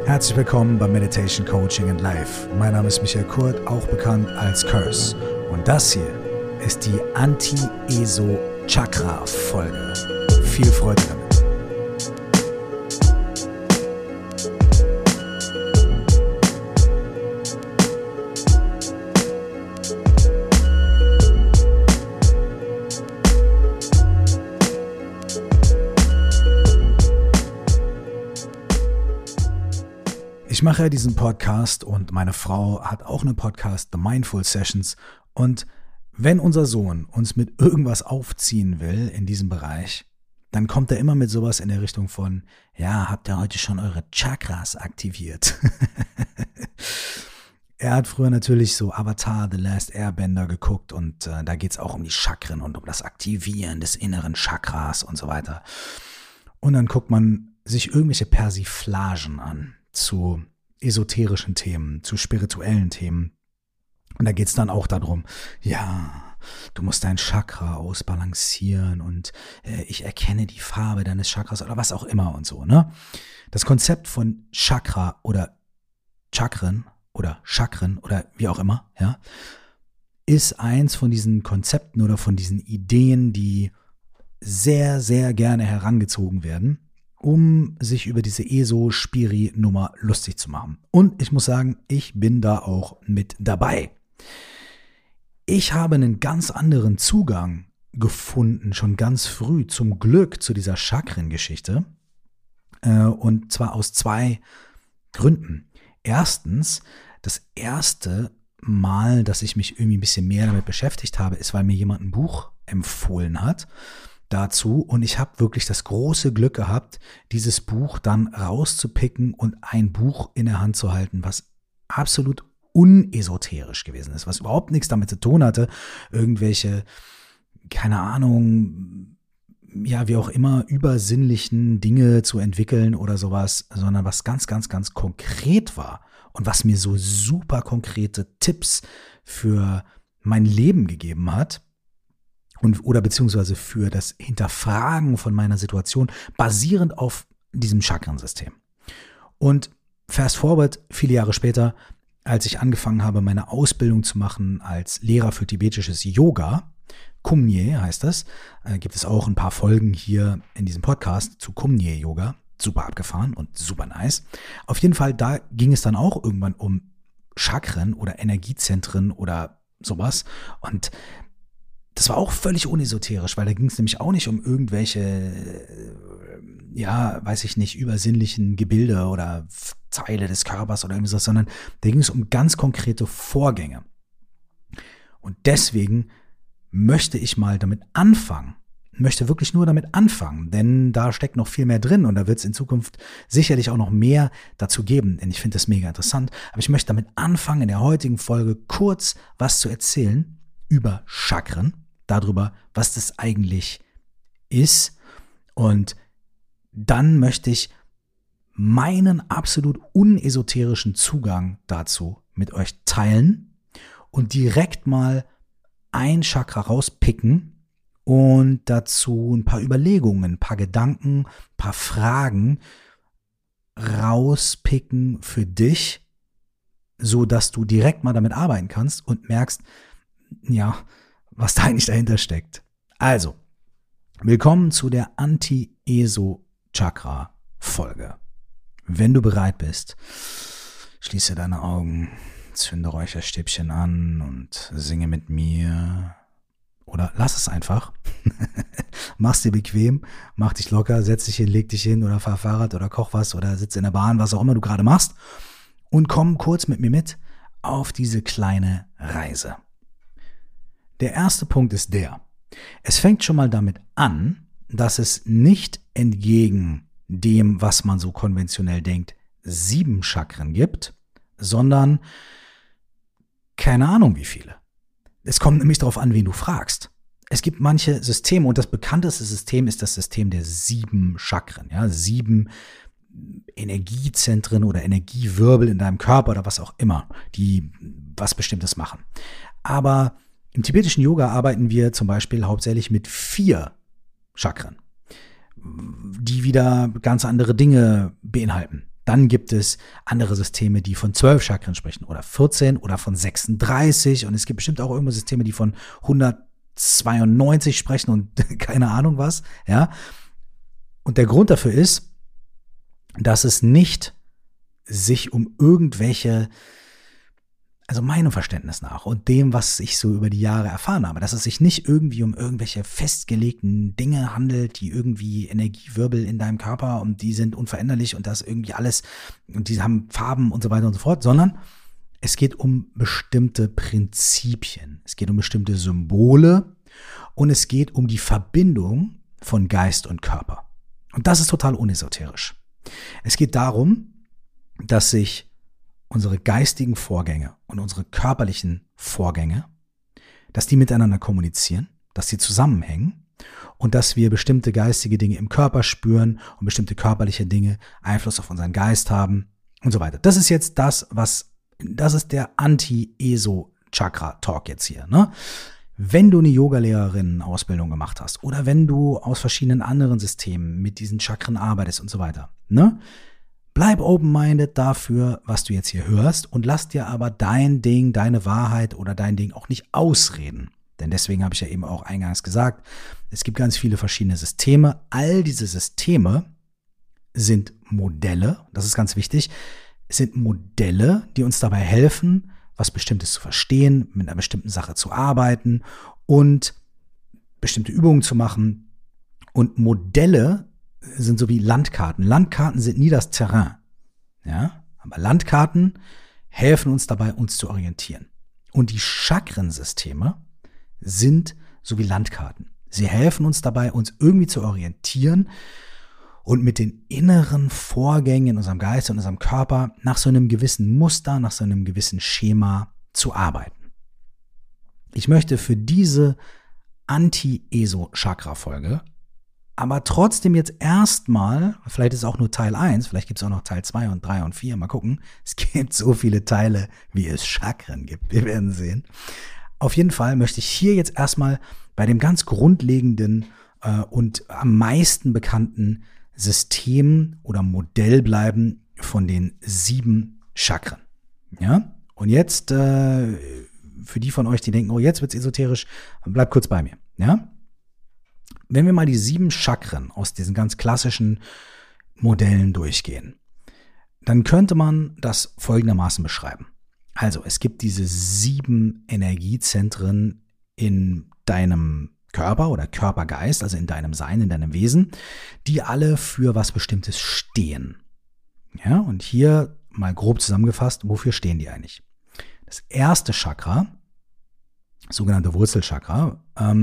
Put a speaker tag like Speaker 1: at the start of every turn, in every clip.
Speaker 1: Herzlich willkommen bei Meditation Coaching and Life. Mein Name ist Michael Kurt, auch bekannt als Curse. Und das hier ist die Anti-ESO-Chakra-Folge. Viel Freude damit. Ich mache ja diesen Podcast und meine Frau hat auch einen Podcast, The Mindful Sessions. Und wenn unser Sohn uns mit irgendwas aufziehen will in diesem Bereich, dann kommt er immer mit sowas in der Richtung von, ja, habt ihr heute schon eure Chakras aktiviert? Er hat früher natürlich so Avatar, The Last Airbender geguckt und da geht es auch um die Chakren und um das Aktivieren des inneren Chakras und so weiter. Und dann guckt man sich irgendwelche Persiflagen an zu esoterischen Themen, zu spirituellen Themen. Und da geht es dann auch darum, ja, du musst dein Chakra ausbalancieren und ich erkenne die Farbe deines Chakras oder was auch immer und so, ne? Das Konzept von Chakra oder Chakren oder wie auch immer, ja, ist eins von diesen Konzepten oder von diesen Ideen, die sehr, sehr gerne herangezogen werden, um sich über diese ESO-Spiri-Nummer lustig zu machen. Und ich muss sagen, ich bin da auch mit dabei. Ich habe einen ganz anderen Zugang gefunden, schon ganz früh, zum Glück, zu dieser Chakren-Geschichte. Und zwar aus zwei Gründen. Erstens, das erste Mal, dass ich mich irgendwie ein bisschen mehr damit beschäftigt habe, ist, weil mir jemand ein Buch empfohlen hat dazu, und ich habe wirklich das große Glück gehabt, dieses Buch dann rauszupicken und ein Buch in der Hand zu halten, was absolut unesoterisch gewesen ist, was überhaupt nichts damit zu tun hatte, irgendwelche, keine Ahnung, ja, wie auch immer, übersinnlichen Dinge zu entwickeln oder sowas, sondern was ganz, ganz, ganz konkret war und was mir so super konkrete Tipps für mein Leben gegeben hat. Oder beziehungsweise für das Hinterfragen von meiner Situation, basierend auf diesem Chakrensystem. Und fast forward, viele Jahre später, als ich angefangen habe, meine Ausbildung zu machen als Lehrer für tibetisches Yoga, Kumye heißt das, gibt es auch ein paar Folgen hier in diesem Podcast zu Kumye Yoga, super abgefahren und super nice. Auf jeden Fall, da ging es dann auch irgendwann um Chakren oder Energiezentren oder sowas, und das war auch völlig unesoterisch, weil da ging es nämlich auch nicht um irgendwelche, ja, weiß ich nicht, übersinnlichen Gebilde oder Teile des Körpers oder irgendwas, sondern da ging es um ganz konkrete Vorgänge. Und deswegen möchte ich mal damit anfangen, möchte wirklich nur damit anfangen, denn da steckt noch viel mehr drin und da wird es in Zukunft sicherlich auch noch mehr dazu geben, denn ich finde das mega interessant. Aber ich möchte damit anfangen, in der heutigen Folge kurz was zu erzählen über Chakren, darüber, was das eigentlich ist, und dann möchte ich meinen absolut unesoterischen Zugang dazu mit euch teilen und direkt mal ein Chakra rauspicken und dazu ein paar Überlegungen, ein paar Gedanken, ein paar Fragen rauspicken für dich, so dass du direkt mal damit arbeiten kannst und merkst, ja, was da eigentlich dahinter steckt. Also, willkommen zu der Anti-ESO-Chakra-Folge. Wenn du bereit bist, schließe deine Augen, zünde Räucherstäbchen an und singe mit mir. Oder lass es einfach. Mach's dir bequem, mach dich locker, setz dich hin, leg dich hin oder fahr Fahrrad oder koch was oder sitz in der Bahn, was auch immer du gerade machst, und komm kurz mit mir mit auf diese kleine Reise. Der erste Punkt ist es fängt schon mal damit an, dass es nicht entgegen dem, was man so konventionell denkt, 7 Chakren gibt, sondern keine Ahnung wie viele. Es kommt nämlich darauf an, wen du fragst. Es gibt manche Systeme, und das bekannteste System ist das System der 7 Chakren, ja, 7 Energiezentren oder Energiewirbel in deinem Körper oder was auch immer, die was Bestimmtes machen. Aber im tibetischen Yoga arbeiten wir zum Beispiel hauptsächlich mit 4 Chakren, die wieder ganz andere Dinge beinhalten. Dann gibt es andere Systeme, die von 12 Chakren sprechen oder 14 oder von 36 und es gibt bestimmt auch irgendwo Systeme, die von 192 sprechen und keine Ahnung was, ja. Und der Grund dafür ist, dass es nicht sich um irgendwelche, also meinem Verständnis nach und dem, was ich so über die Jahre erfahren habe, dass es sich nicht irgendwie um irgendwelche festgelegten Dinge handelt, die irgendwie Energiewirbel in deinem Körper und die sind unveränderlich und das irgendwie alles und die haben Farben und so weiter und so fort, sondern es geht um bestimmte Prinzipien, es geht um bestimmte Symbole und es geht um die Verbindung von Geist und Körper. Und das ist total unesoterisch. Es geht darum, dass sich unsere geistigen Vorgänge und unsere körperlichen Vorgänge, dass die miteinander kommunizieren, dass die zusammenhängen und dass wir bestimmte geistige Dinge im Körper spüren und bestimmte körperliche Dinge Einfluss auf unseren Geist haben und so weiter. Das ist jetzt das ist der Anti-ESO-Chakra-Talk jetzt hier, ne? Wenn du eine Yogalehrerin-Ausbildung gemacht hast oder wenn du aus verschiedenen anderen Systemen mit diesen Chakren arbeitest und so weiter, ne? Bleib open-minded dafür, was du jetzt hier hörst und lass dir aber dein Ding, deine Wahrheit oder dein Ding auch nicht ausreden. Denn deswegen habe ich ja eben auch eingangs gesagt, es gibt ganz viele verschiedene Systeme. All diese Systeme sind Modelle, das ist ganz wichtig, sind Modelle, die uns dabei helfen, was Bestimmtes zu verstehen, mit einer bestimmten Sache zu arbeiten und bestimmte Übungen zu machen. Und Modelle sind so wie Landkarten. Landkarten sind nie das Terrain. Ja? Aber Landkarten helfen uns dabei, uns zu orientieren. Und die Chakrensysteme sind so wie Landkarten. Sie helfen uns dabei, uns irgendwie zu orientieren und mit den inneren Vorgängen in unserem Geist und unserem Körper nach so einem gewissen Muster, nach so einem gewissen Schema zu arbeiten. Ich möchte für diese Anti-ESO-Chakra-Folge aber trotzdem jetzt erstmal, vielleicht ist es auch nur Teil 1, vielleicht gibt es auch noch Teil 2 und 3 und 4, mal gucken. Es gibt so viele Teile, wie es Chakren gibt. Wir werden sehen. Auf jeden Fall möchte ich hier jetzt erstmal bei dem ganz grundlegenden und am meisten bekannten System oder Modell bleiben von den 7 Chakren. Ja? Und jetzt, für die von euch, die denken, oh, jetzt wird's esoterisch, bleibt kurz bei mir. Ja? Wenn wir mal die 7 Chakren aus diesen ganz klassischen Modellen durchgehen, dann könnte man das folgendermaßen beschreiben. Also, es gibt diese 7 Energiezentren in deinem Körper oder Körpergeist, also in deinem Sein, in deinem Wesen, die alle für was Bestimmtes stehen. Ja, und hier mal grob zusammengefasst, wofür stehen die eigentlich? Das erste Chakra, sogenannte Wurzelchakra,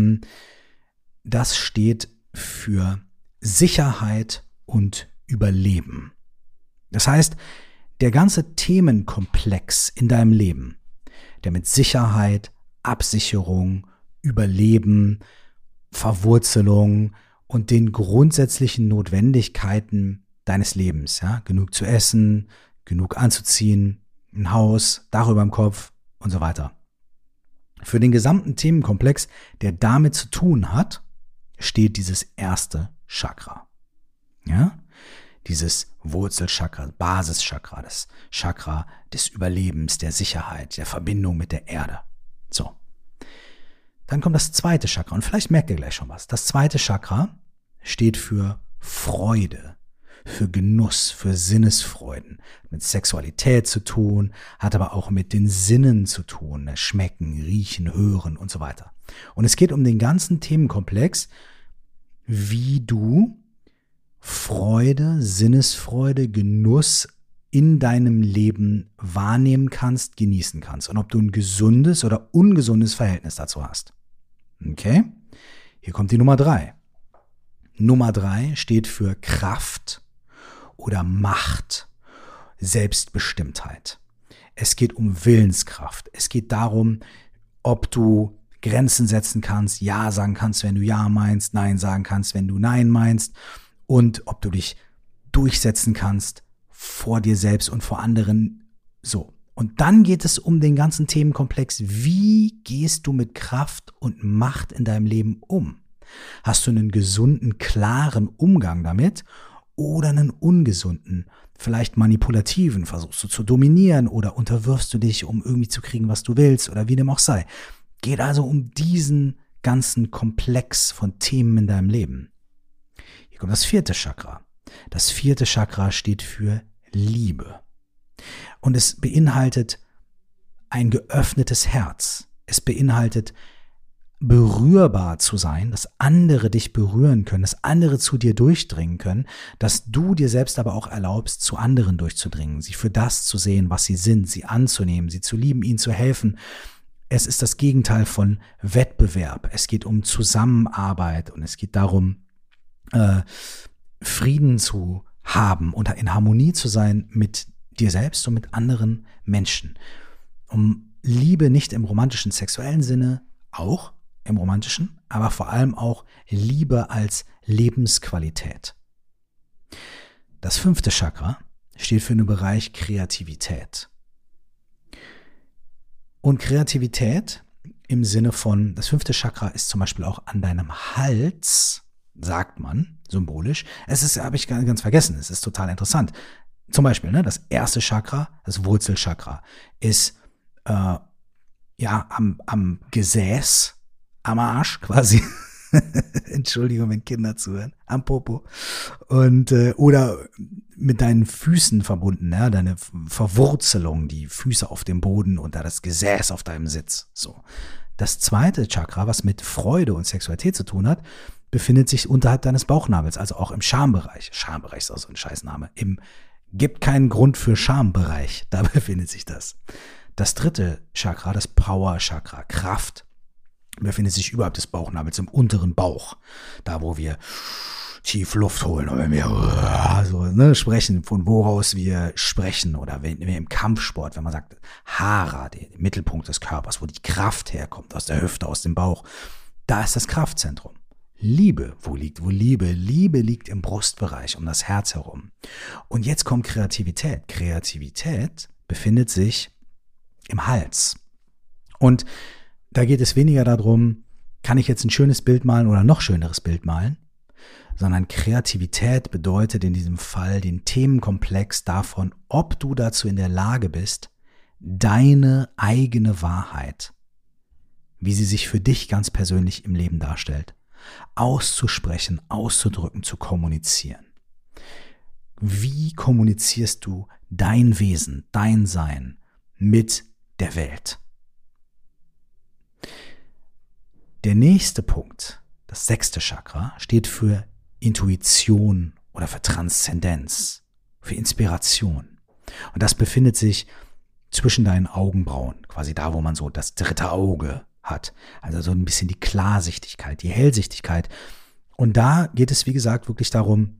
Speaker 1: das steht für Sicherheit und Überleben. Das heißt, der ganze Themenkomplex in deinem Leben, der mit Sicherheit, Absicherung, Überleben, Verwurzelung und den grundsätzlichen Notwendigkeiten deines Lebens, ja, genug zu essen, genug anzuziehen, ein Haus, Dach über dem Kopf und so weiter. Für den gesamten Themenkomplex, der damit zu tun hat, steht dieses erste Chakra. Ja? Dieses Wurzelchakra, Basischakra, das Chakra des Überlebens, der Sicherheit, der Verbindung mit der Erde. So. Dann kommt das zweite Chakra und vielleicht merkt ihr gleich schon was. Das zweite Chakra steht für Freude, für Genuss, für Sinnesfreuden, mit Sexualität zu tun, hat aber auch mit den Sinnen zu tun, schmecken, riechen, hören und so weiter. Und es geht um den ganzen Themenkomplex, wie du Freude, Sinnesfreude, Genuss in deinem Leben wahrnehmen kannst, genießen kannst und ob du ein gesundes oder ungesundes Verhältnis dazu hast. Okay? Hier kommt die Nummer 3. Nummer 3 steht für Kraft oder Macht, Selbstbestimmtheit. Es geht um Willenskraft. Es geht darum, ob du Grenzen setzen kannst, Ja sagen kannst, wenn du Ja meinst, Nein sagen kannst, wenn du Nein meinst und ob du dich durchsetzen kannst vor dir selbst und vor anderen. So. Und dann geht es um den ganzen Themenkomplex. Wie gehst du mit Kraft und Macht in deinem Leben um? Hast du einen gesunden, klaren Umgang damit oder einen ungesunden, vielleicht manipulativen, versuchst du zu dominieren oder unterwirfst du dich, um irgendwie zu kriegen, was du willst oder wie dem auch sei. Geht also um diesen ganzen Komplex von Themen in deinem Leben. Hier kommt das 4. Chakra. Das 4. Chakra steht für Liebe. Und es beinhaltet ein geöffnetes Herz. Es beinhaltet berührbar zu sein, dass andere dich berühren können, dass andere zu dir durchdringen können, dass du dir selbst aber auch erlaubst, zu anderen durchzudringen, sie für das zu sehen, was sie sind, sie anzunehmen, sie zu lieben, ihnen zu helfen. Es ist das Gegenteil von Wettbewerb. Es geht um Zusammenarbeit und es geht darum, Frieden zu haben und in Harmonie zu sein mit dir selbst und mit anderen Menschen. Um Liebe nicht im romantischen, sexuellen Sinne, auch im romantischen, aber vor allem auch Liebe als Lebensqualität. Das 5. Chakra steht für den Bereich Kreativität. Und Kreativität im Sinne von, das 5. Chakra ist zum Beispiel auch an deinem Hals, sagt man, symbolisch. Es ist, habe ich ganz vergessen, es ist total interessant. Zum Beispiel, das 1. Chakra, das Wurzelchakra, ist am Gesäß, am Arsch quasi. Entschuldigung, wenn Kinder zuhören, am Popo. Und oder mit deinen Füßen verbunden, deine Verwurzelung, die Füße auf dem Boden und da das Gesäß auf deinem Sitz. So. Das 2. Chakra, was mit Freude und Sexualität zu tun hat, befindet sich unterhalb deines Bauchnabels, also auch im Schambereich. Schambereich ist auch so ein Scheißname. Gibt keinen Grund für Schambereich, da befindet sich das. Das 3. Chakra, das Power-Chakra, Kraft, befindet sich überhalb des Bauchnabels im unteren Bauch. Da, wo wir tief Luft holen und wenn wir sprechen, von woraus wir sprechen oder wenn wir im Kampfsport, wenn man sagt, Hara, der Mittelpunkt des Körpers, wo die Kraft herkommt, aus der Hüfte, aus dem Bauch, da ist das Kraftzentrum. Liebe, wo liegt Liebe? Liebe liegt im Brustbereich, um das Herz herum. Und jetzt kommt Kreativität. Kreativität befindet sich im Hals. Und da geht es weniger darum, kann ich jetzt ein schönes Bild malen oder noch schöneres Bild malen, sondern Kreativität bedeutet in diesem Fall den Themenkomplex davon, ob du dazu in der Lage bist, deine eigene Wahrheit, wie sie sich für dich ganz persönlich im Leben darstellt, auszusprechen, auszudrücken, zu kommunizieren. Wie kommunizierst du dein Wesen, dein Sein mit der Welt? Der nächste Punkt, das 6. Chakra, steht für Intuition oder für Transzendenz, für Inspiration. Und das befindet sich zwischen deinen Augenbrauen, quasi da, wo man so das 3. Auge hat. Also so ein bisschen die Klarsichtigkeit, die Hellsichtigkeit. Und da geht es, wie gesagt, wirklich darum,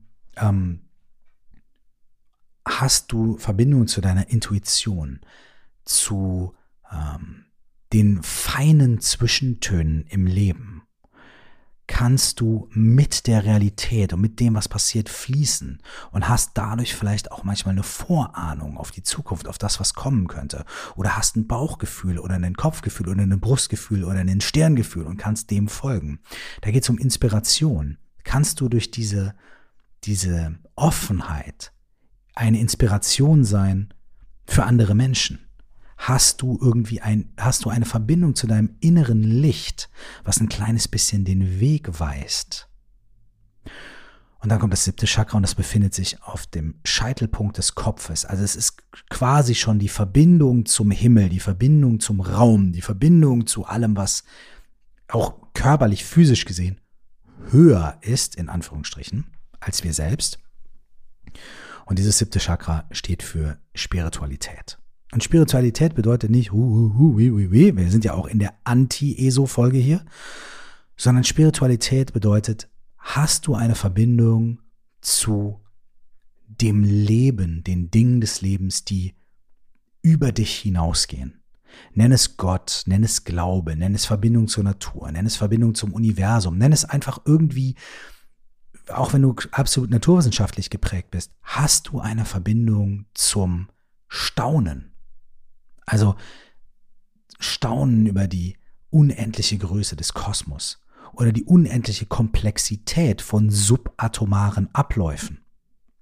Speaker 1: hast du Verbindung zu deiner Intuition, zu den feinen Zwischentönen im Leben? Kannst du mit der Realität und mit dem, was passiert, fließen und hast dadurch vielleicht auch manchmal eine Vorahnung auf die Zukunft, auf das, was kommen könnte? Oder hast ein Bauchgefühl oder ein Kopfgefühl oder ein Brustgefühl oder ein Stirngefühl und kannst dem folgen? Da geht es um Inspiration. Kannst du durch diese Offenheit eine Inspiration sein für andere Menschen? Hast du eine Verbindung zu deinem inneren Licht, was ein kleines bisschen den Weg weist? Und dann kommt das 7. Chakra und das befindet sich auf dem Scheitelpunkt des Kopfes. Also es ist quasi schon die Verbindung zum Himmel, die Verbindung zum Raum, die Verbindung zu allem, was auch körperlich, physisch gesehen höher ist, in Anführungsstrichen, als wir selbst. Und dieses 7. Chakra steht für Spiritualität. Und Spiritualität bedeutet nicht, wir sind ja auch in der Anti-ESO-Folge hier, sondern Spiritualität bedeutet, hast du eine Verbindung zu dem Leben, den Dingen des Lebens, die über dich hinausgehen. Nenn es Gott, nenn es Glaube, nenn es Verbindung zur Natur, nenn es Verbindung zum Universum, nenn es einfach irgendwie, auch wenn du absolut naturwissenschaftlich geprägt bist, hast du eine Verbindung zum Staunen. Also Staunen über die unendliche Größe des Kosmos oder die unendliche Komplexität von subatomaren Abläufen.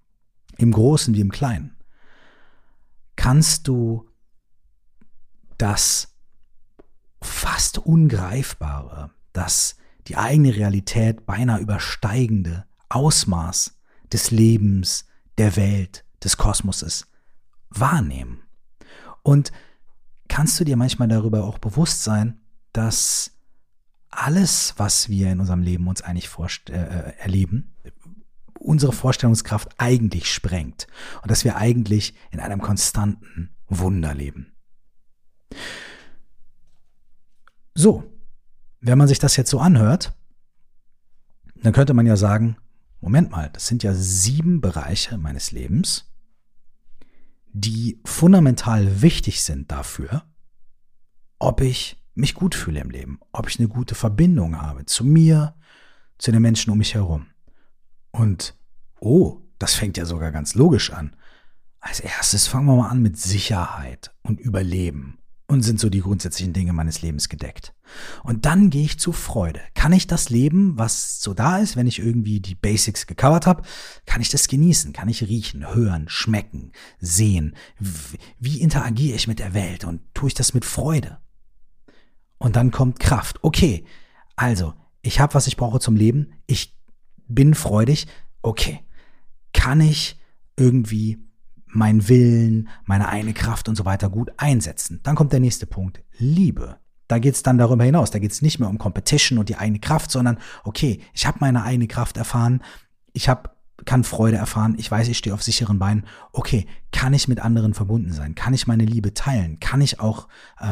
Speaker 1: im Großen wie im Kleinen, kannst du das fast Ungreifbare, das die eigene Realität beinahe übersteigende Ausmaß des Lebens, der Welt, des Kosmoses wahrnehmen. Und kannst du dir manchmal darüber auch bewusst sein, dass alles, was wir in unserem Leben uns eigentlich erleben, unsere Vorstellungskraft eigentlich sprengt und dass wir eigentlich in einem konstanten Wunder leben. So, wenn man sich das jetzt so anhört, dann könnte man ja sagen, Moment mal, das sind ja 7 Bereiche meines Lebens, die fundamental wichtig sind dafür, ob ich mich gut fühle im Leben, ob ich eine gute Verbindung habe zu mir, zu den Menschen um mich herum. Und, das fängt ja sogar ganz logisch an. Als erstes fangen wir mal an mit Sicherheit und Überleben. Und sind so die grundsätzlichen Dinge meines Lebens gedeckt. Und dann gehe ich zu Freude. Kann ich das Leben, was so da ist, wenn ich irgendwie die Basics gecovert habe, kann ich das genießen? Kann ich riechen, hören, schmecken, sehen? Wie interagiere ich mit der Welt? Und tue ich das mit Freude? Und dann kommt Kraft. Okay, also, ich habe, was ich brauche zum Leben. Ich bin freudig. Okay, kann ich irgendwie meinen Willen, meine eigene Kraft und so weiter gut einsetzen? Dann kommt der nächste Punkt, Liebe. Da geht es dann darüber hinaus. Da geht es nicht mehr um Competition und die eigene Kraft, sondern okay, ich habe meine eigene Kraft erfahren, kann Freude erfahren, ich weiß, ich stehe auf sicheren Beinen. Okay, kann ich mit anderen verbunden sein? Kann ich meine Liebe teilen? Kann ich auch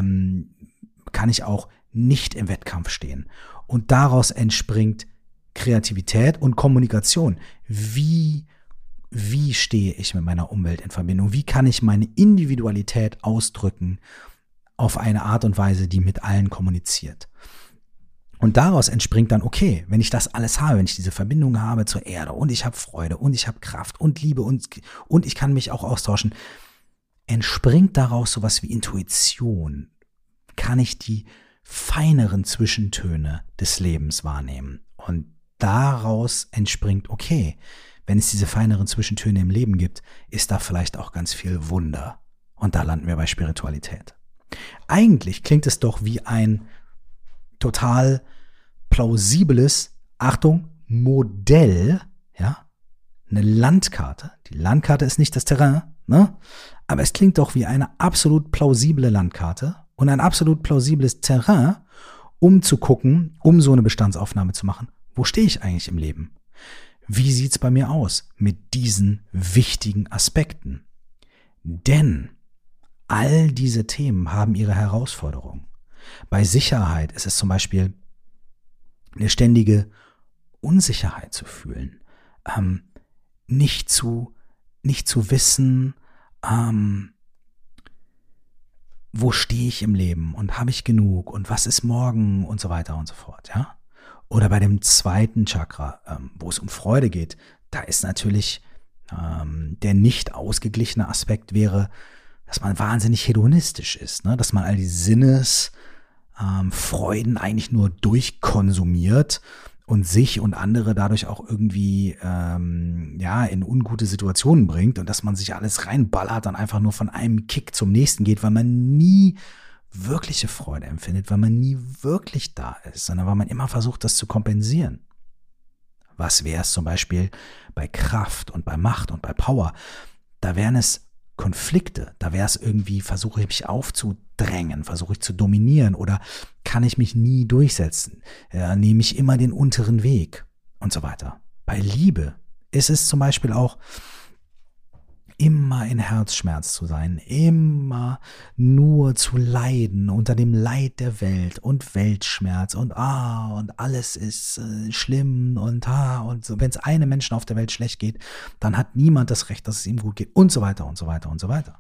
Speaker 1: nicht im Wettkampf stehen? Und daraus entspringt Kreativität und Kommunikation. Wie stehe ich mit meiner Umwelt in Verbindung? Wie kann ich meine Individualität ausdrücken auf eine Art und Weise, die mit allen kommuniziert? Und daraus entspringt dann, okay, wenn ich das alles habe, wenn ich diese Verbindung habe zur Erde und ich habe Freude und ich habe Kraft und Liebe und ich kann mich auch austauschen, entspringt daraus sowas wie Intuition. Kann ich die feineren Zwischentöne des Lebens wahrnehmen? Und daraus entspringt, okay, wenn es diese feineren Zwischentöne im Leben gibt, ist da vielleicht auch ganz viel Wunder. Und da landen wir bei Spiritualität. Eigentlich klingt es doch wie ein total plausibles, Achtung, Modell, ja, eine Landkarte. Die Landkarte ist nicht das Terrain, ne? Aber es klingt doch wie eine absolut plausible Landkarte und ein absolut plausibles Terrain, um zu gucken, um so eine Bestandsaufnahme zu machen. Wo stehe ich eigentlich im Leben? Wie sieht's bei mir aus mit diesen wichtigen Aspekten? Denn all diese Themen haben ihre Herausforderungen. Bei Sicherheit ist es zum Beispiel eine ständige Unsicherheit zu fühlen, nicht zu wissen, wo stehe ich im Leben und habe ich genug und was ist morgen und so weiter und so fort, ja? Oder bei dem zweiten Chakra, wo es um Freude geht, da ist natürlich der nicht ausgeglichene Aspekt wäre, dass man wahnsinnig hedonistisch ist, ne? Dass man all die Sinnesfreuden eigentlich nur durchkonsumiert und sich und andere dadurch auch irgendwie in ungute Situationen bringt und dass man sich alles reinballert und einfach nur von einem Kick zum nächsten geht, weil man nie wirkliche Freude empfindet, weil man nie wirklich da ist, sondern weil man immer versucht, das zu kompensieren. Was wäre es zum Beispiel bei Kraft und bei Macht und bei Power? Da wären es Konflikte, da wäre es irgendwie, versuche ich mich aufzudrängen, versuche ich zu dominieren oder kann ich mich nie durchsetzen, nehme ich immer den unteren Weg und so weiter. Bei Liebe ist es zum Beispiel auch, immer in Herzschmerz zu sein, immer nur zu leiden unter dem Leid der Welt und Weltschmerz und alles ist schlimm und so. Wenn es einem Menschen auf der Welt schlecht geht, dann hat niemand das Recht, dass es ihm gut geht und so weiter und so weiter und so weiter.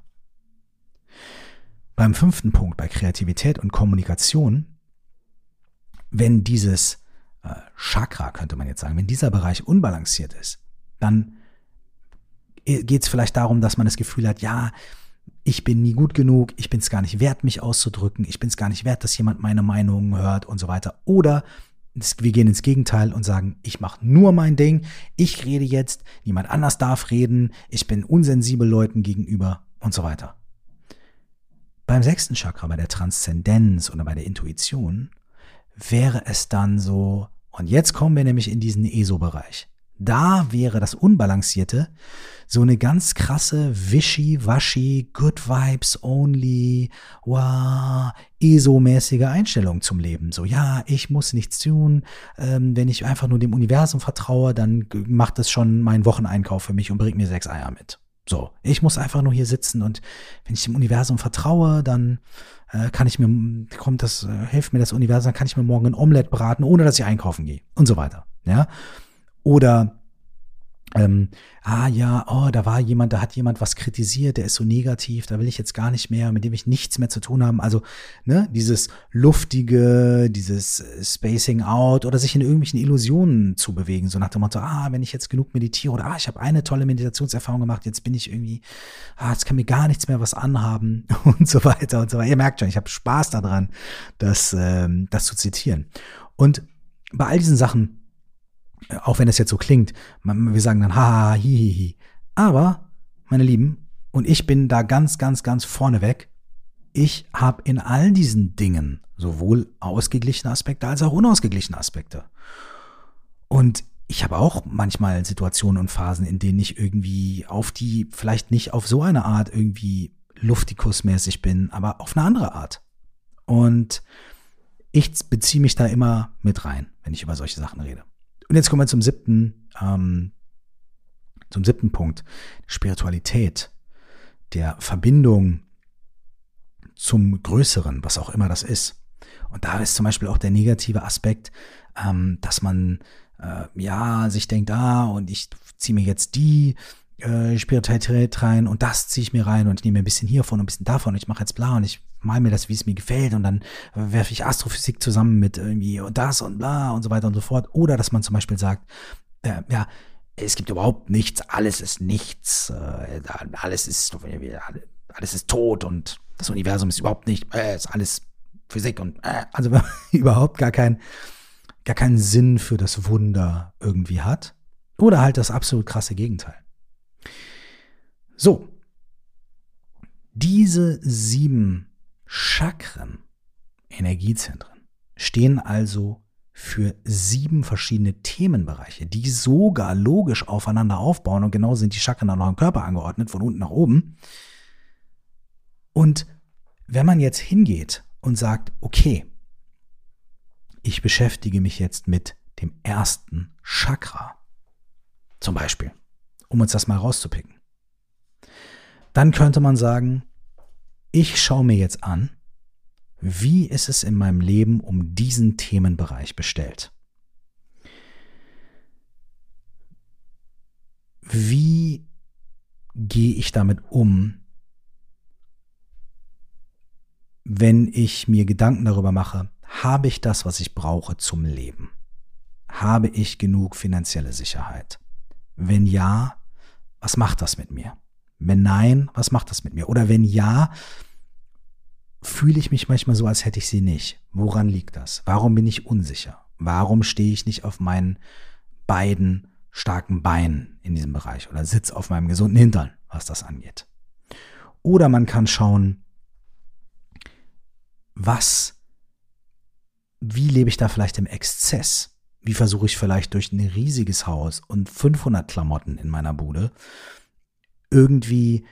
Speaker 1: Beim 5. Punkt, bei Kreativität und Kommunikation, wenn dieses Chakra, könnte man jetzt sagen, wenn dieser Bereich unbalanciert ist, dann geht es vielleicht darum, dass man das Gefühl hat, ja, ich bin nie gut genug, ich bin es gar nicht wert, mich auszudrücken, ich bin es gar nicht wert, dass jemand meine Meinung hört und so weiter. Oder wir gehen ins Gegenteil und sagen, ich mache nur mein Ding, ich rede jetzt, niemand anders darf reden, ich bin unsensibel Leuten gegenüber und so weiter. Beim 6. Chakra, bei der Transzendenz oder bei der Intuition, wäre es dann so, und jetzt kommen wir nämlich in diesen ESO-Bereich. Da wäre das Unbalancierte so eine ganz krasse wischi-waschi, good vibes only, wow, ESO-mäßige Einstellung zum Leben. So, ja, ich muss nichts tun. Wenn ich einfach nur dem Universum vertraue, dann macht es schon meinen Wocheneinkauf für mich und bringt mir 6 Eier mit. So, ich muss einfach nur hier sitzen und wenn ich dem Universum vertraue, dann hilft mir das Universum, dann kann ich mir morgen ein Omelett braten, ohne dass ich einkaufen gehe und so weiter. Ja? Oder da war jemand, da hat jemand was kritisiert, der ist so negativ, da will ich jetzt gar nicht mehr, mit dem ich nichts mehr zu tun haben. Also, dieses Luftige, dieses Spacing out oder sich in irgendwelchen Illusionen zu bewegen, so nach dem Motto, wenn ich jetzt genug meditiere oder ich habe eine tolle Meditationserfahrung gemacht, jetzt bin ich irgendwie, jetzt kann mir gar nichts mehr was anhaben und so weiter und so weiter. Ihr merkt schon, ich habe Spaß daran, das zu zitieren. Und bei all diesen Sachen, auch wenn das jetzt so klingt, wir sagen dann haha, hihihi. Aber, meine Lieben, und ich bin da ganz, ganz, ganz vorneweg, ich habe in all diesen Dingen sowohl ausgeglichene Aspekte als auch unausgeglichene Aspekte. Und ich habe auch manchmal Situationen und Phasen, in denen ich irgendwie vielleicht nicht auf so eine Art irgendwie luftikusmäßig bin, aber auf eine andere Art. Und ich beziehe mich da immer mit rein, wenn ich über solche Sachen rede. Und jetzt kommen wir zum siebten Punkt. Spiritualität, der Verbindung zum Größeren, was auch immer das ist. Und da ist zum Beispiel auch der negative Aspekt, dass man sich denkt, und ich ziehe mir jetzt die Spiritualität rein und das ziehe ich mir rein und ich nehme mir ein bisschen hiervon und ein bisschen davon und ich mache jetzt bla und ich mal mir das, wie es mir gefällt und dann werfe ich Astrophysik zusammen mit irgendwie und das und bla und so weiter und so fort. Oder dass man zum Beispiel sagt, es gibt überhaupt nichts, alles ist nichts, alles ist tot und das Universum ist überhaupt nicht, ist alles Physik und also überhaupt gar keinen Sinn für das Wunder irgendwie hat. Oder halt das absolut krasse Gegenteil. So, diese 7 Chakren, Energiezentren, stehen also für 7 verschiedene Themenbereiche, die sogar logisch aufeinander aufbauen und genau sind die Chakren auch noch im Körper angeordnet, von unten nach oben. Und wenn man jetzt hingeht und sagt, okay, ich beschäftige mich jetzt mit dem 1. Chakra, zum Beispiel, um uns das mal rauszupicken, dann könnte man sagen, ich schaue mir jetzt an, wie ist es in meinem Leben um diesen Themenbereich bestellt? Wie gehe ich damit um, wenn ich mir Gedanken darüber mache, habe ich das, was ich brauche zum Leben? Habe ich genug finanzielle Sicherheit? Wenn ja, was macht das mit mir? Wenn nein, was macht das mit mir? Oder wenn ja, fühle ich mich manchmal so, als hätte ich sie nicht. Woran liegt das? Warum bin ich unsicher? Warum stehe ich nicht auf meinen beiden starken Beinen in diesem Bereich oder sitze auf meinem gesunden Hintern, was das angeht? Oder man kann schauen, wie lebe ich da vielleicht im Exzess? Wie versuche ich vielleicht durch ein riesiges Haus und 500 Klamotten in meiner Bude irgendwie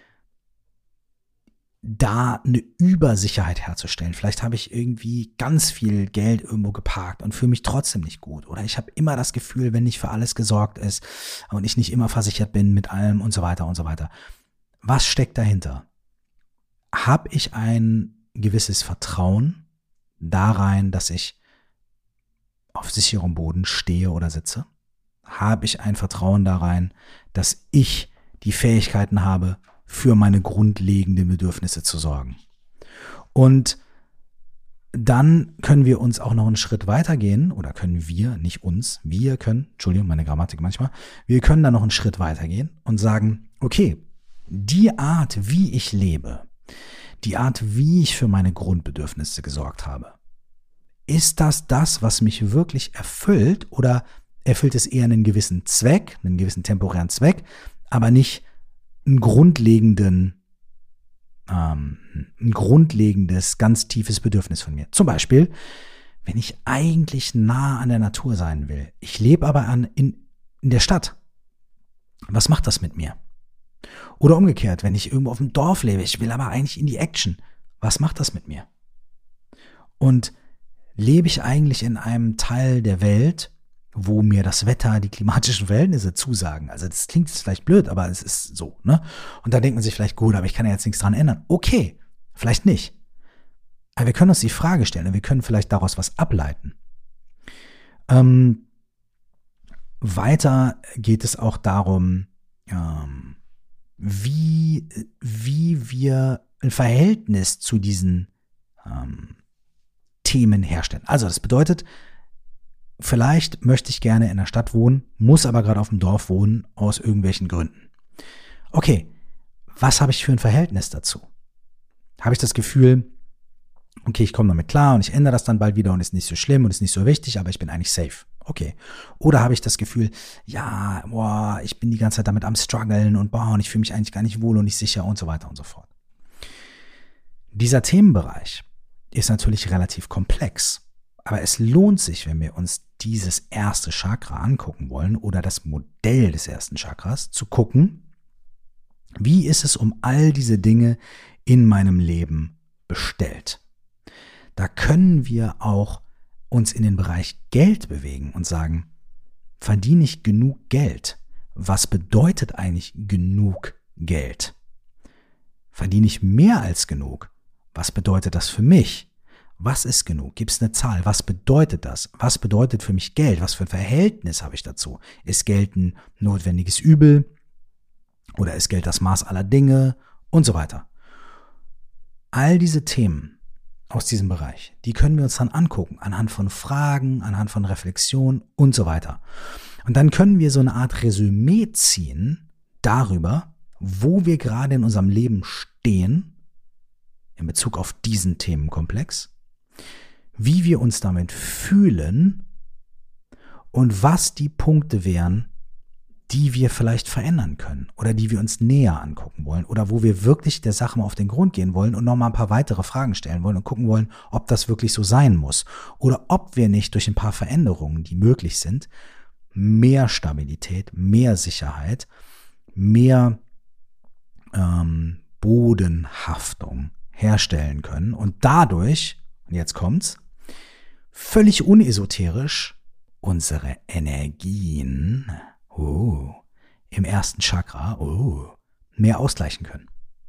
Speaker 1: da eine Übersicherheit herzustellen. Vielleicht habe ich irgendwie ganz viel Geld irgendwo geparkt und fühle mich trotzdem nicht gut. Oder ich habe immer das Gefühl, wenn nicht für alles gesorgt ist und ich nicht immer versichert bin mit allem und so weiter und so weiter. Was steckt dahinter? Habe ich ein gewisses Vertrauen da rein, dass ich auf sicherem Boden stehe oder sitze? Habe ich ein Vertrauen da rein, dass ich die Fähigkeiten habe, für meine grundlegenden Bedürfnisse zu sorgen? Und dann können wir uns auch noch einen Schritt weitergehen, oder können wir, nicht uns, Entschuldigung, meine Grammatik manchmal, wir können da noch einen Schritt weitergehen und sagen, okay, die Art, wie ich lebe, die Art, wie ich für meine Grundbedürfnisse gesorgt habe, ist das, was mich wirklich erfüllt, oder erfüllt es eher einen gewissen Zweck, einen gewissen temporären Zweck, aber nicht einen ein grundlegendes, ganz tiefes Bedürfnis von mir. Zum Beispiel, wenn ich eigentlich nah an der Natur sein will. Ich lebe aber in der Stadt. Was macht das mit mir? Oder umgekehrt, wenn ich irgendwo auf dem Dorf lebe, ich will aber eigentlich in die Action. Was macht das mit mir? Und lebe ich eigentlich in einem Teil der Welt, wo mir das Wetter, die klimatischen Verhältnisse zusagen? Also das klingt jetzt vielleicht blöd, aber es ist so, ne? Und da denkt man sich vielleicht, gut, aber ich kann ja jetzt nichts dran ändern. Okay, vielleicht nicht. Aber wir können uns die Frage stellen und wir können vielleicht daraus was ableiten. Weiter geht es auch darum, wie wir ein Verhältnis zu diesen Themen herstellen. Also das bedeutet, vielleicht möchte ich gerne in der Stadt wohnen, muss aber gerade auf dem Dorf wohnen, aus irgendwelchen Gründen. Okay, was habe ich für ein Verhältnis dazu? Habe ich das Gefühl, okay, ich komme damit klar und ich ändere das dann bald wieder und ist nicht so schlimm und ist nicht so wichtig, aber ich bin eigentlich safe. Okay. Oder habe ich das Gefühl, ja, ich bin die ganze Zeit damit am struggeln und ich fühle mich eigentlich gar nicht wohl und nicht sicher und so weiter und so fort. Dieser Themenbereich ist natürlich relativ komplex, aber es lohnt sich, wenn wir uns dieses erste Chakra angucken wollen oder das Modell des ersten Chakras, zu gucken, wie ist es um all diese Dinge in meinem Leben bestellt. Da können wir auch uns in den Bereich Geld bewegen und sagen, verdiene ich genug Geld? Was bedeutet eigentlich genug Geld? Verdiene ich mehr als genug? Was bedeutet das für mich? Was ist genug? Gibt es eine Zahl? Was bedeutet das? Was bedeutet für mich Geld? Was für ein Verhältnis habe ich dazu? Ist Geld ein notwendiges Übel? Oder ist Geld das Maß aller Dinge? Und so weiter. All diese Themen aus diesem Bereich, die können wir uns dann angucken, anhand von Fragen, anhand von Reflexion und so weiter. Und dann können wir so eine Art Resümee ziehen darüber, wo wir gerade in unserem Leben stehen, in Bezug auf diesen Themenkomplex, wie wir uns damit fühlen und was die Punkte wären, die wir vielleicht verändern können oder die wir uns näher angucken wollen oder wo wir wirklich der Sache mal auf den Grund gehen wollen und nochmal ein paar weitere Fragen stellen wollen und gucken wollen, ob das wirklich so sein muss oder ob wir nicht durch ein paar Veränderungen, die möglich sind, mehr Stabilität, mehr Sicherheit, mehr Bodenhaftung herstellen können und dadurch, und jetzt kommt's, völlig unesoterisch unsere Energien im ersten Chakra mehr ausgleichen können.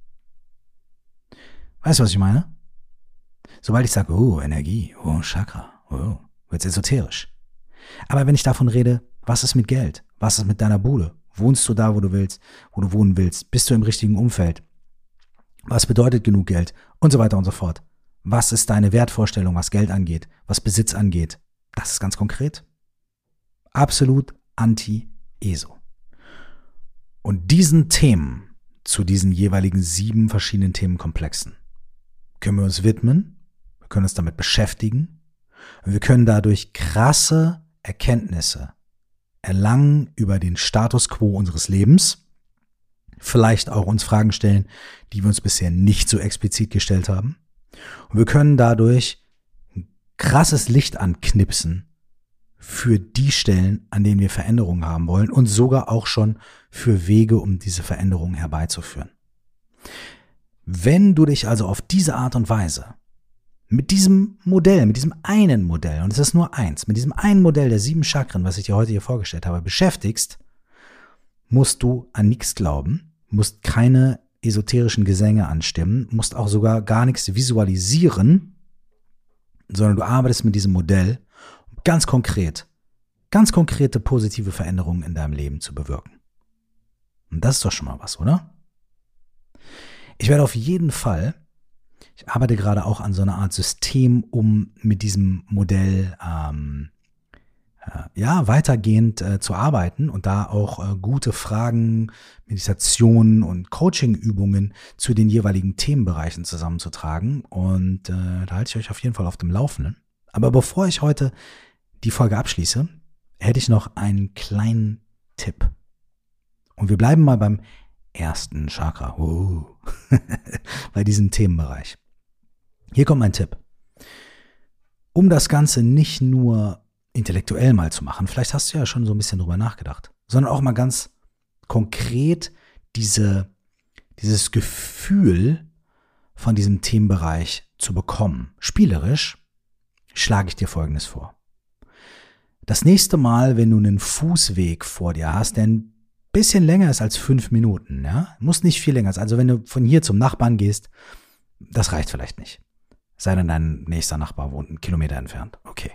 Speaker 1: Weißt du, was ich meine? Sobald ich sage, Energie, Chakra, wird's esoterisch. Aber wenn ich davon rede, was ist mit Geld? Was ist mit deiner Bude? Wohnst du da, wo du willst, wo du wohnen willst? Bist du im richtigen Umfeld? Was bedeutet genug Geld? Und so weiter und so fort. Was ist deine Wertvorstellung, was Geld angeht, was Besitz angeht? Das ist ganz konkret. Absolut anti-ESO. Und diesen Themen, zu diesen jeweiligen 7 verschiedenen Themenkomplexen, können wir uns widmen, wir können uns damit beschäftigen und wir können dadurch krasse Erkenntnisse erlangen über den Status quo unseres Lebens, vielleicht auch uns Fragen stellen, die wir uns bisher nicht so explizit gestellt haben. Und wir können dadurch ein krasses Licht anknipsen für die Stellen, an denen wir Veränderungen haben wollen und sogar auch schon für Wege, um diese Veränderungen herbeizuführen. Wenn du dich also auf diese Art und Weise mit diesem Modell, mit diesem einen Modell, und es ist nur eins, mit diesem einen Modell der 7 Chakren, was ich dir heute hier vorgestellt habe, beschäftigst, musst du an nichts glauben, musst keine esoterischen Gesänge anstimmen, musst auch sogar gar nichts visualisieren, sondern du arbeitest mit diesem Modell, um ganz konkrete positive Veränderungen in deinem Leben zu bewirken. Und das ist doch schon mal was, oder? Ich werde auf jeden Fall, ich arbeite gerade auch an so einer Art System, um mit diesem Modell weitergehend zu arbeiten und da auch gute Fragen, Meditationen und Coaching-Übungen zu den jeweiligen Themenbereichen zusammenzutragen. Und da halte ich euch auf jeden Fall auf dem Laufenden. Aber bevor ich heute die Folge abschließe, hätte ich noch einen kleinen Tipp. Und wir bleiben mal beim ersten Chakra, bei diesem Themenbereich. Hier kommt mein Tipp. Um das Ganze nicht nur intellektuell mal zu machen, vielleicht hast du ja schon so ein bisschen drüber nachgedacht, sondern auch mal ganz konkret dieses Gefühl von diesem Themenbereich zu bekommen. Spielerisch schlage ich dir Folgendes vor. Das nächste Mal, wenn du einen Fußweg vor dir hast, der ein bisschen länger ist als 5 Minuten, ja, muss nicht viel länger sein. Also wenn du von hier zum Nachbarn gehst, das reicht vielleicht nicht. Sei denn, dein nächster Nachbar wohnt 1 Kilometer entfernt. Okay.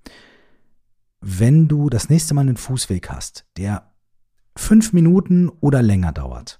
Speaker 1: Wenn du das nächste Mal einen Fußweg hast, der 5 Minuten oder länger dauert,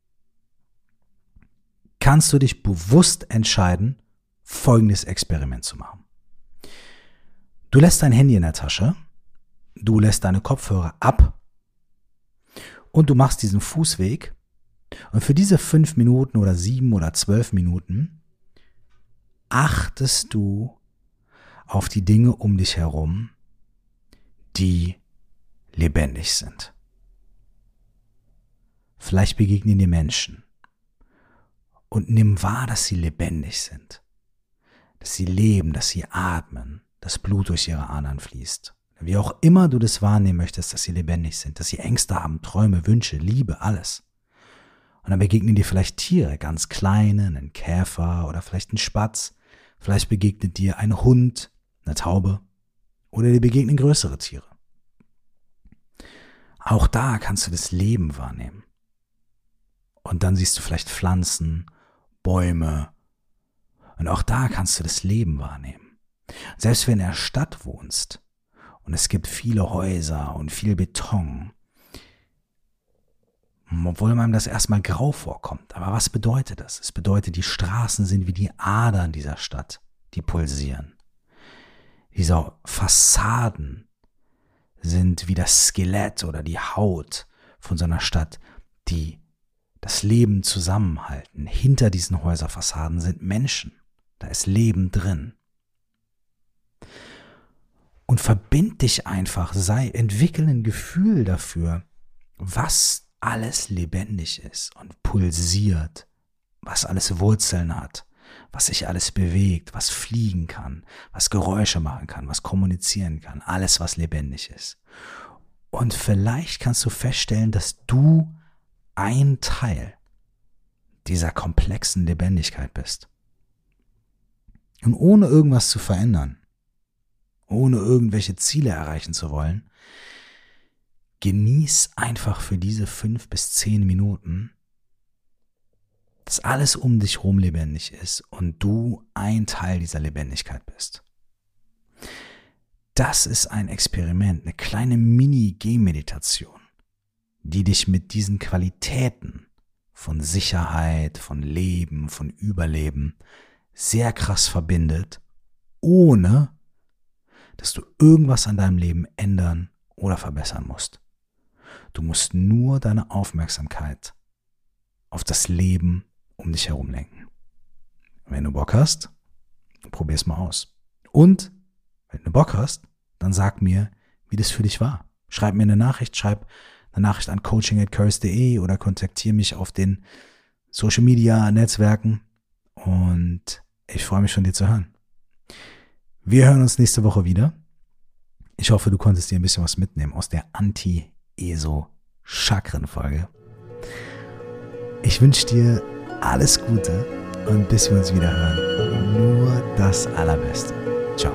Speaker 1: kannst du dich bewusst entscheiden, folgendes Experiment zu machen. Du lässt dein Handy in der Tasche, du lässt deine Kopfhörer ab und du machst diesen Fußweg und für diese 5 Minuten oder 7 oder 12 Minuten achtest du auf die Dinge um dich herum, die lebendig sind. Vielleicht begegnen dir Menschen und nimm wahr, dass sie lebendig sind, dass sie leben, dass sie atmen, dass Blut durch ihre Adern fließt. Wie auch immer du das wahrnehmen möchtest, dass sie lebendig sind, dass sie Ängste haben, Träume, Wünsche, Liebe, alles. Und dann begegnen dir vielleicht Tiere, ganz kleine, einen Käfer oder vielleicht ein Spatz. Vielleicht begegnet dir ein Hund, eine Taube oder dir begegnen größere Tiere. Auch da kannst du das Leben wahrnehmen. Und dann siehst du vielleicht Pflanzen, Bäume und auch da kannst du das Leben wahrnehmen. Selbst wenn du in der Stadt wohnst und es gibt viele Häuser und viel Beton, obwohl man das erstmal grau vorkommt. Aber was bedeutet das? Es bedeutet, die Straßen sind wie die Adern dieser Stadt, die pulsieren. Diese Fassaden sind wie das Skelett oder die Haut von so einer Stadt, die das Leben zusammenhalten. Hinter diesen Häuserfassaden sind Menschen. Da ist Leben drin. Und verbind dich einfach, entwickel ein Gefühl dafür, was alles lebendig ist und pulsiert, was alles Wurzeln hat, was sich alles bewegt, was fliegen kann, was Geräusche machen kann, was kommunizieren kann, alles, was lebendig ist. Und vielleicht kannst du feststellen, dass du ein Teil dieser komplexen Lebendigkeit bist. Und ohne irgendwas zu verändern, ohne irgendwelche Ziele erreichen zu wollen, genieß einfach für diese 5 bis 10 Minuten, dass alles um dich herum lebendig ist und du ein Teil dieser Lebendigkeit bist. Das ist ein Experiment, eine kleine Mini-Gehmeditation, die dich mit diesen Qualitäten von Sicherheit, von Leben, von Überleben sehr krass verbindet, ohne dass du irgendwas an deinem Leben ändern oder verbessern musst. Du musst nur deine Aufmerksamkeit auf das Leben um dich herum lenken. Wenn du Bock hast, probier's mal aus. Und wenn du Bock hast, dann sag mir, wie das für dich war. Schreib mir eine Nachricht, schreib eine Nachricht an coaching@curse.de oder kontaktiere mich auf den Social Media Netzwerken und ich freue mich von dir zu hören. Wir hören uns nächste Woche wieder. Ich hoffe, du konntest dir ein bisschen was mitnehmen aus der Anti-ESO-Chakren-Folge. Ich wünsche dir alles Gute und bis wir uns wieder hören, nur das Allerbeste. Ciao.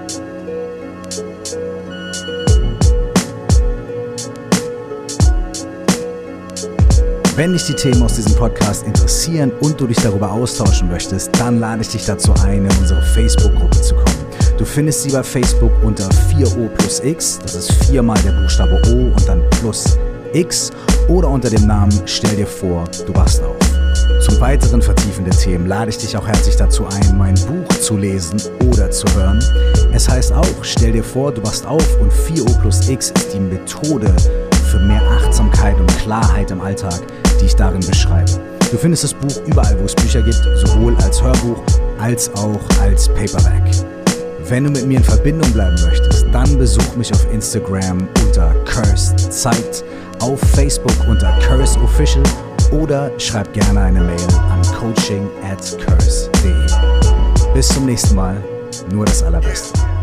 Speaker 1: Wenn dich die Themen aus diesem Podcast interessieren und du dich darüber austauschen möchtest, dann lade ich dich dazu ein, in unsere Facebook-Gruppe zu kommen. Du findest sie bei Facebook unter 4O plus X, das ist 4 mal der Buchstabe O und dann plus X, oder unter dem Namen Stell dir vor, du wachst auf. Zum weiteren vertiefenden Themen lade ich dich auch herzlich dazu ein, mein Buch zu lesen oder zu hören. Es heißt auch, stell dir vor, du wachst auf und 4O plus X ist die Methode für mehr Achtsamkeit und Klarheit im Alltag, die ich darin beschreibe. Du findest das Buch überall, wo es Bücher gibt, sowohl als Hörbuch als auch als Paperback. Wenn du mit mir in Verbindung bleiben möchtest, dann besuch mich auf Instagram unter Cursed Zeit, auf Facebook unter Curse Official oder schreib gerne eine Mail an coaching@curse.de. Bis zum nächsten Mal, nur das Allerbeste.